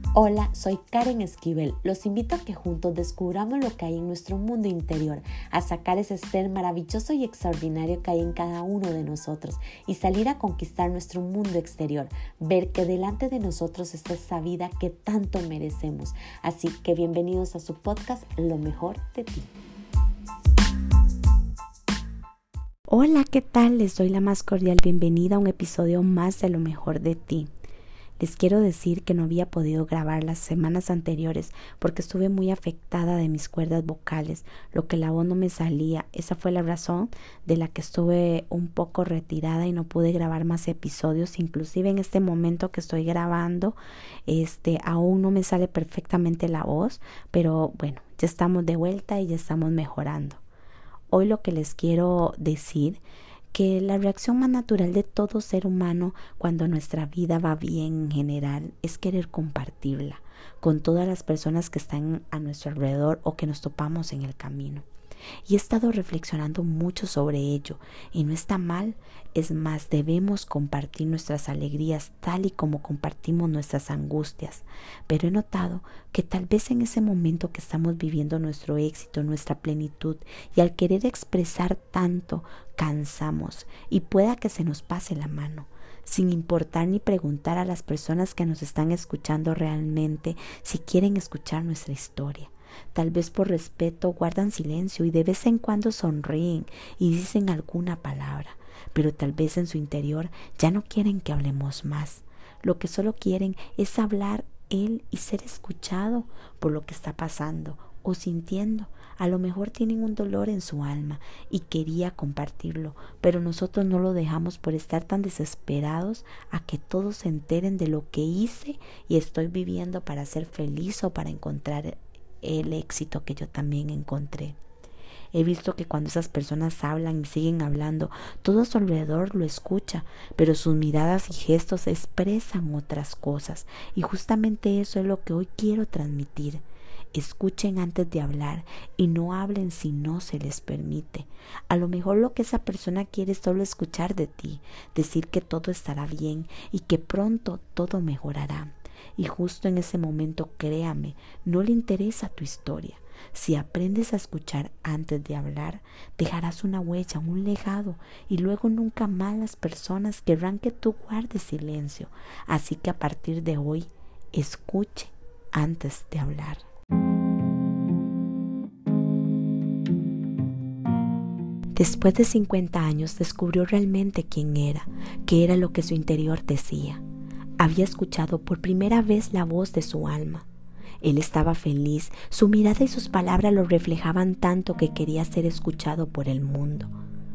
Hola, soy Karen Esquivel. Los invito a que juntos descubramos lo que hay en nuestro mundo interior, a sacar ese ser maravilloso y extraordinario que hay en cada uno de nosotros y salir a conquistar nuestro mundo exterior, ver que delante de nosotros está esa vida que tanto merecemos. Así que bienvenidos a su podcast Lo Mejor de Ti. Hola, ¿qué tal? Les doy la más cordial bienvenida a un episodio más de Lo Mejor de Ti. Les quiero decir que no había podido grabar las semanas anteriores porque estuve muy afectada de mis cuerdas vocales, lo que la voz no me salía. Esa fue la razón de la que estuve un poco retirada y no pude grabar más episodios. Inclusive en este momento que estoy grabando, aún no me sale perfectamente la voz, pero bueno, ya estamos de vuelta y ya estamos mejorando. Hoy lo que les quiero decir que la reacción más natural de todo ser humano cuando nuestra vida va bien en general es querer compartirla con todas las personas que están a nuestro alrededor o que nos topamos en el camino. Y he estado reflexionando mucho sobre ello y no está mal, es más, debemos compartir nuestras alegrías tal y como compartimos nuestras angustias, pero he notado que tal vez en ese momento que estamos viviendo nuestro éxito, nuestra plenitud y al querer expresar tanto, cansamos y pueda que se nos pase la mano, sin importar ni preguntar a las personas que nos están escuchando realmente si quieren escuchar nuestra historia. Tal vez por respeto guardan silencio y de vez en cuando sonríen y dicen alguna palabra, pero tal vez en su interior ya no quieren que hablemos más. Lo que solo quieren es hablar él y ser escuchado por lo que está pasando o sintiendo. A lo mejor tienen un dolor en su alma y quería compartirlo, pero nosotros no lo dejamos por estar tan desesperados a que todos se enteren de lo que hice y estoy viviendo para ser feliz o para encontrar el éxito que yo también encontré. He visto que cuando esas personas hablan y siguen hablando, todo a su alrededor lo escucha, pero sus miradas y gestos expresan otras cosas, y justamente eso es lo que hoy quiero transmitir. Escuchen antes de hablar y no hablen si no se les permite. A lo mejor lo que esa persona quiere es solo escuchar de ti, decir que todo estará bien y que pronto todo mejorará. Y justo en ese momento, créame, no le interesa tu historia. Si aprendes a escuchar antes de hablar, dejarás una huella, un legado, y luego nunca más las personas querrán que tú guardes silencio. Así que a partir de hoy, escuche antes de hablar. Después de 50 años descubrió realmente quién era, qué era lo que su interior decía. Había escuchado por primera vez la voz de su alma. Él estaba feliz, su mirada y sus palabras lo reflejaban tanto que quería ser escuchado por el mundo.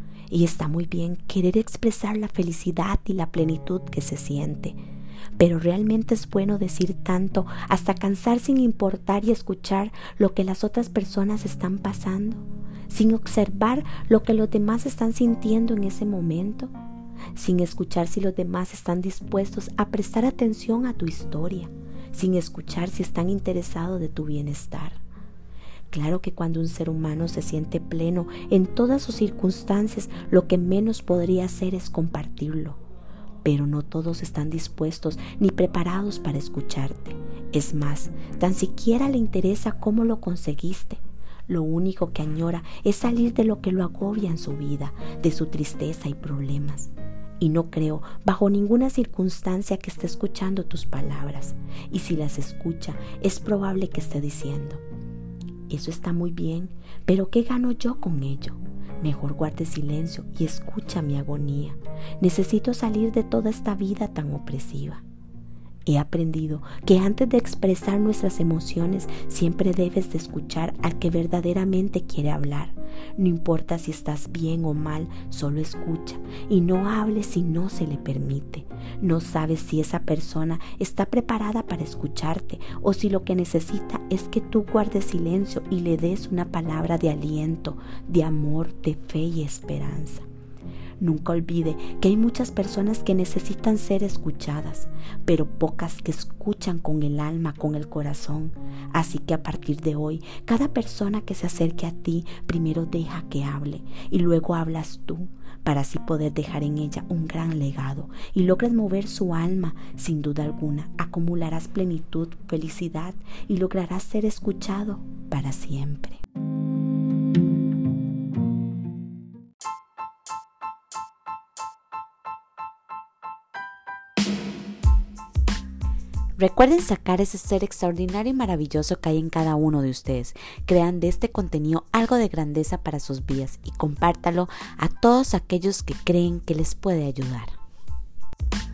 Y está muy bien querer expresar la felicidad y la plenitud que se siente, pero realmente es bueno decir tanto hasta cansar sin importar y escuchar lo que las otras personas están pasando, sin observar lo que los demás están sintiendo en ese momento, sin escuchar si los demás están dispuestos a prestar atención a tu historia, sin escuchar si están interesados de tu bienestar. Claro que cuando un ser humano se siente pleno en todas sus circunstancias, lo que menos podría hacer es compartirlo. Pero no todos están dispuestos ni preparados para escucharte. Es más, tan siquiera le interesa cómo lo conseguiste. Lo único que añora es salir de lo que lo agobia en su vida, de su tristeza y problemas. Y no creo bajo ninguna circunstancia que esté escuchando tus palabras. Y si las escucha, es probable que esté diciendo: eso está muy bien, pero ¿qué gano yo con ello? Mejor guarde silencio y escucha mi agonía. Necesito salir de toda esta vida tan opresiva. He aprendido que antes de expresar nuestras emociones siempre debes de escuchar al que verdaderamente quiere hablar. No importa si estás bien o mal, solo escucha y no hables si no se le permite. No sabes si esa persona está preparada para escucharte o si lo que necesita es que tú guardes silencio y le des una palabra de aliento, de amor, de fe y esperanza. Nunca olvide que hay muchas personas que necesitan ser escuchadas, pero pocas que escuchan con el alma, con el corazón. Así que a partir de hoy, cada persona que se acerque a ti, primero deja que hable y luego hablas tú, para así poder dejar en ella un gran legado y logras mover su alma, sin duda alguna, acumularás plenitud, felicidad y lograrás ser escuchado para siempre. Recuerden sacar ese ser extraordinario y maravilloso que hay en cada uno de ustedes. Crean de este contenido algo de grandeza para sus vidas y compártalo a todos aquellos que creen que les puede ayudar.